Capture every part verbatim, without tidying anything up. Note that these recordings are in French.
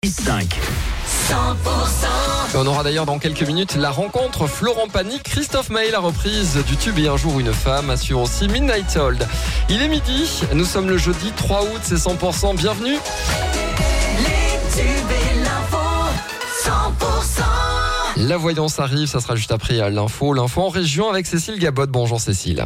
cinq. cent pour cent. On aura d'ailleurs dans quelques minutes la rencontre Florent Pagny, Christophe Maé, la reprise du tube Et un jour une femme, assure aussi Midnight Oil. Il est midi, nous sommes le jeudi trois août, c'est cent pour cent, bienvenue. Les tubes et l'info, cent pour cent. La voyance arrive, ça sera juste après l'info. L'info en région avec Cécile Gabot. Bonjour Cécile.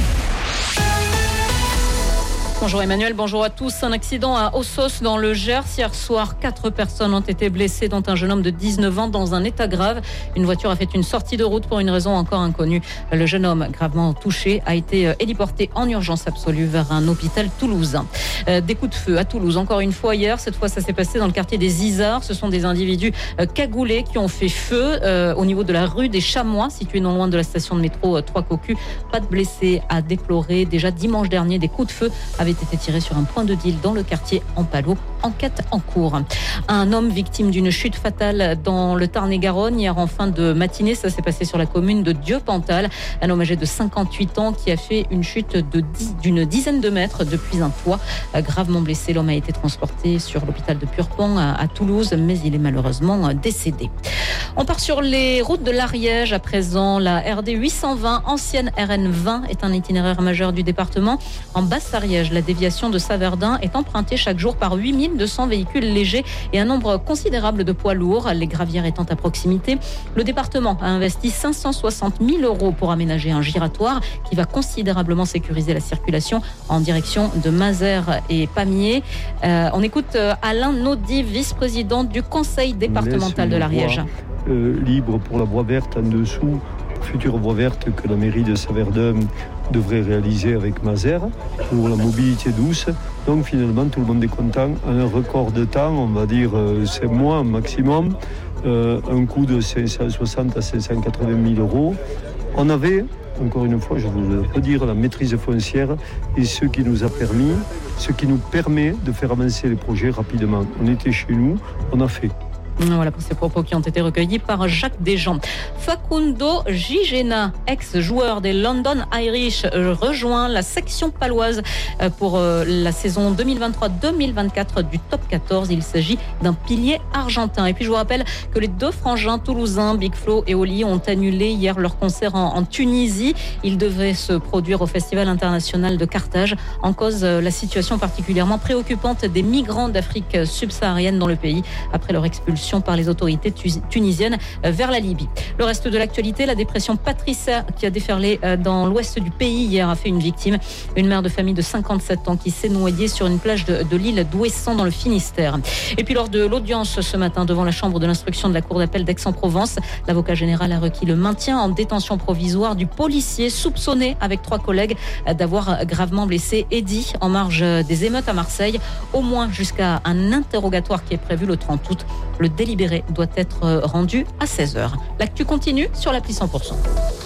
Bonjour Emmanuel, bonjour à tous. Un accident à Ossos dans le Gers. Hier soir, quatre personnes ont été blessées, dont un jeune homme de dix-neuf ans dans un état grave. Une voiture a fait une sortie de route pour une raison encore inconnue. Le jeune homme, gravement touché, a été héliporté en urgence absolue vers un hôpital toulousain. Euh, des coups de feu à Toulouse, encore une fois hier. Cette fois, ça s'est passé dans le quartier des Isards. Ce sont des individus euh, cagoulés qui ont fait feu euh, au niveau de la rue des Chamois, située non loin de la station de métro euh, Trois Cocus. Pas de blessés à déplorer. Déjà dimanche dernier, des coups de feu avaient été tiré sur un point de deal dans le quartier Ampalo. Enquête en cours. Un homme victime d'une chute fatale dans le Tarn-et-Garonne hier en fin de matinée. Ça s'est passé sur la commune de Dieupantal. Un homme âgé de cinquante-huit ans qui a fait une chute de dix, d'une dizaine de mètres depuis un toit. Gravement blessé, l'homme a été transporté sur l'hôpital de Purpan à, à Toulouse, mais il est malheureusement décédé. On part sur les routes de l'Ariège à présent. La R D huit cent vingt, ancienne R N vingt, est un itinéraire majeur du département. En Basse-Ariège, la déviation de Saverdun est empruntée chaque jour par huit mille deux cents véhicules légers et un nombre considérable de poids lourds, les gravières étant à proximité. Le département a investi cinq cent soixante mille euros pour aménager un giratoire qui va considérablement sécuriser la circulation en direction de Mazères et Pamiers. Euh, on écoute Alain Naudy, vice-président du conseil départemental de l'Ariège. Euh, libre pour la voie verte en dessous, future voie verte que la mairie de Saverdun devrait réaliser avec Mazères pour la mobilité douce. Donc finalement tout le monde est content. Un record de temps, on va dire euh, cinq mois maximum, euh, un coût de cinq cent soixante à cinq cent quatre-vingt mille euros. On avait, encore une fois, je vous le redire, la maîtrise foncière et ce qui nous a permis, ce qui nous permet de faire avancer les projets rapidement. On était chez nous, on a fait. Voilà pour ces propos qui ont été recueillis par Jacques Desjans. Facundo Gigena, ex-joueur des London Irish, rejoint la section paloise pour la saison deux mille vingt-trois deux mille vingt-quatre du top quatorze. Il s'agit d'un pilier argentin. Et puis je vous rappelle que les deux frangins toulousains, Big Flo et Oli, ont annulé hier leur concert en, en Tunisie. Ils devaient se produire au Festival international de Carthage. En cause, la situation particulièrement préoccupante des migrants d'Afrique subsaharienne dans le pays après leur expulsion par les autorités tunisiennes vers la Libye. Le reste de l'actualité, la dépression Patricia qui a déferlé dans l'ouest du pays hier a fait une victime, une mère de famille de cinquante-sept ans qui s'est noyée sur une plage de, de l'île d'Ouessant dans le Finistère. Et puis lors de l'audience ce matin devant la chambre de l'instruction de la cour d'appel d'Aix-en-Provence, l'avocat général a requis le maintien en détention provisoire du policier soupçonné avec trois collègues d'avoir gravement blessé Eddy en marge des émeutes à Marseille, au moins jusqu'à un interrogatoire qui est prévu le trente août. Le délibéré doit être rendu à seize heures. L'actu continue sur l'appli cent pour cent.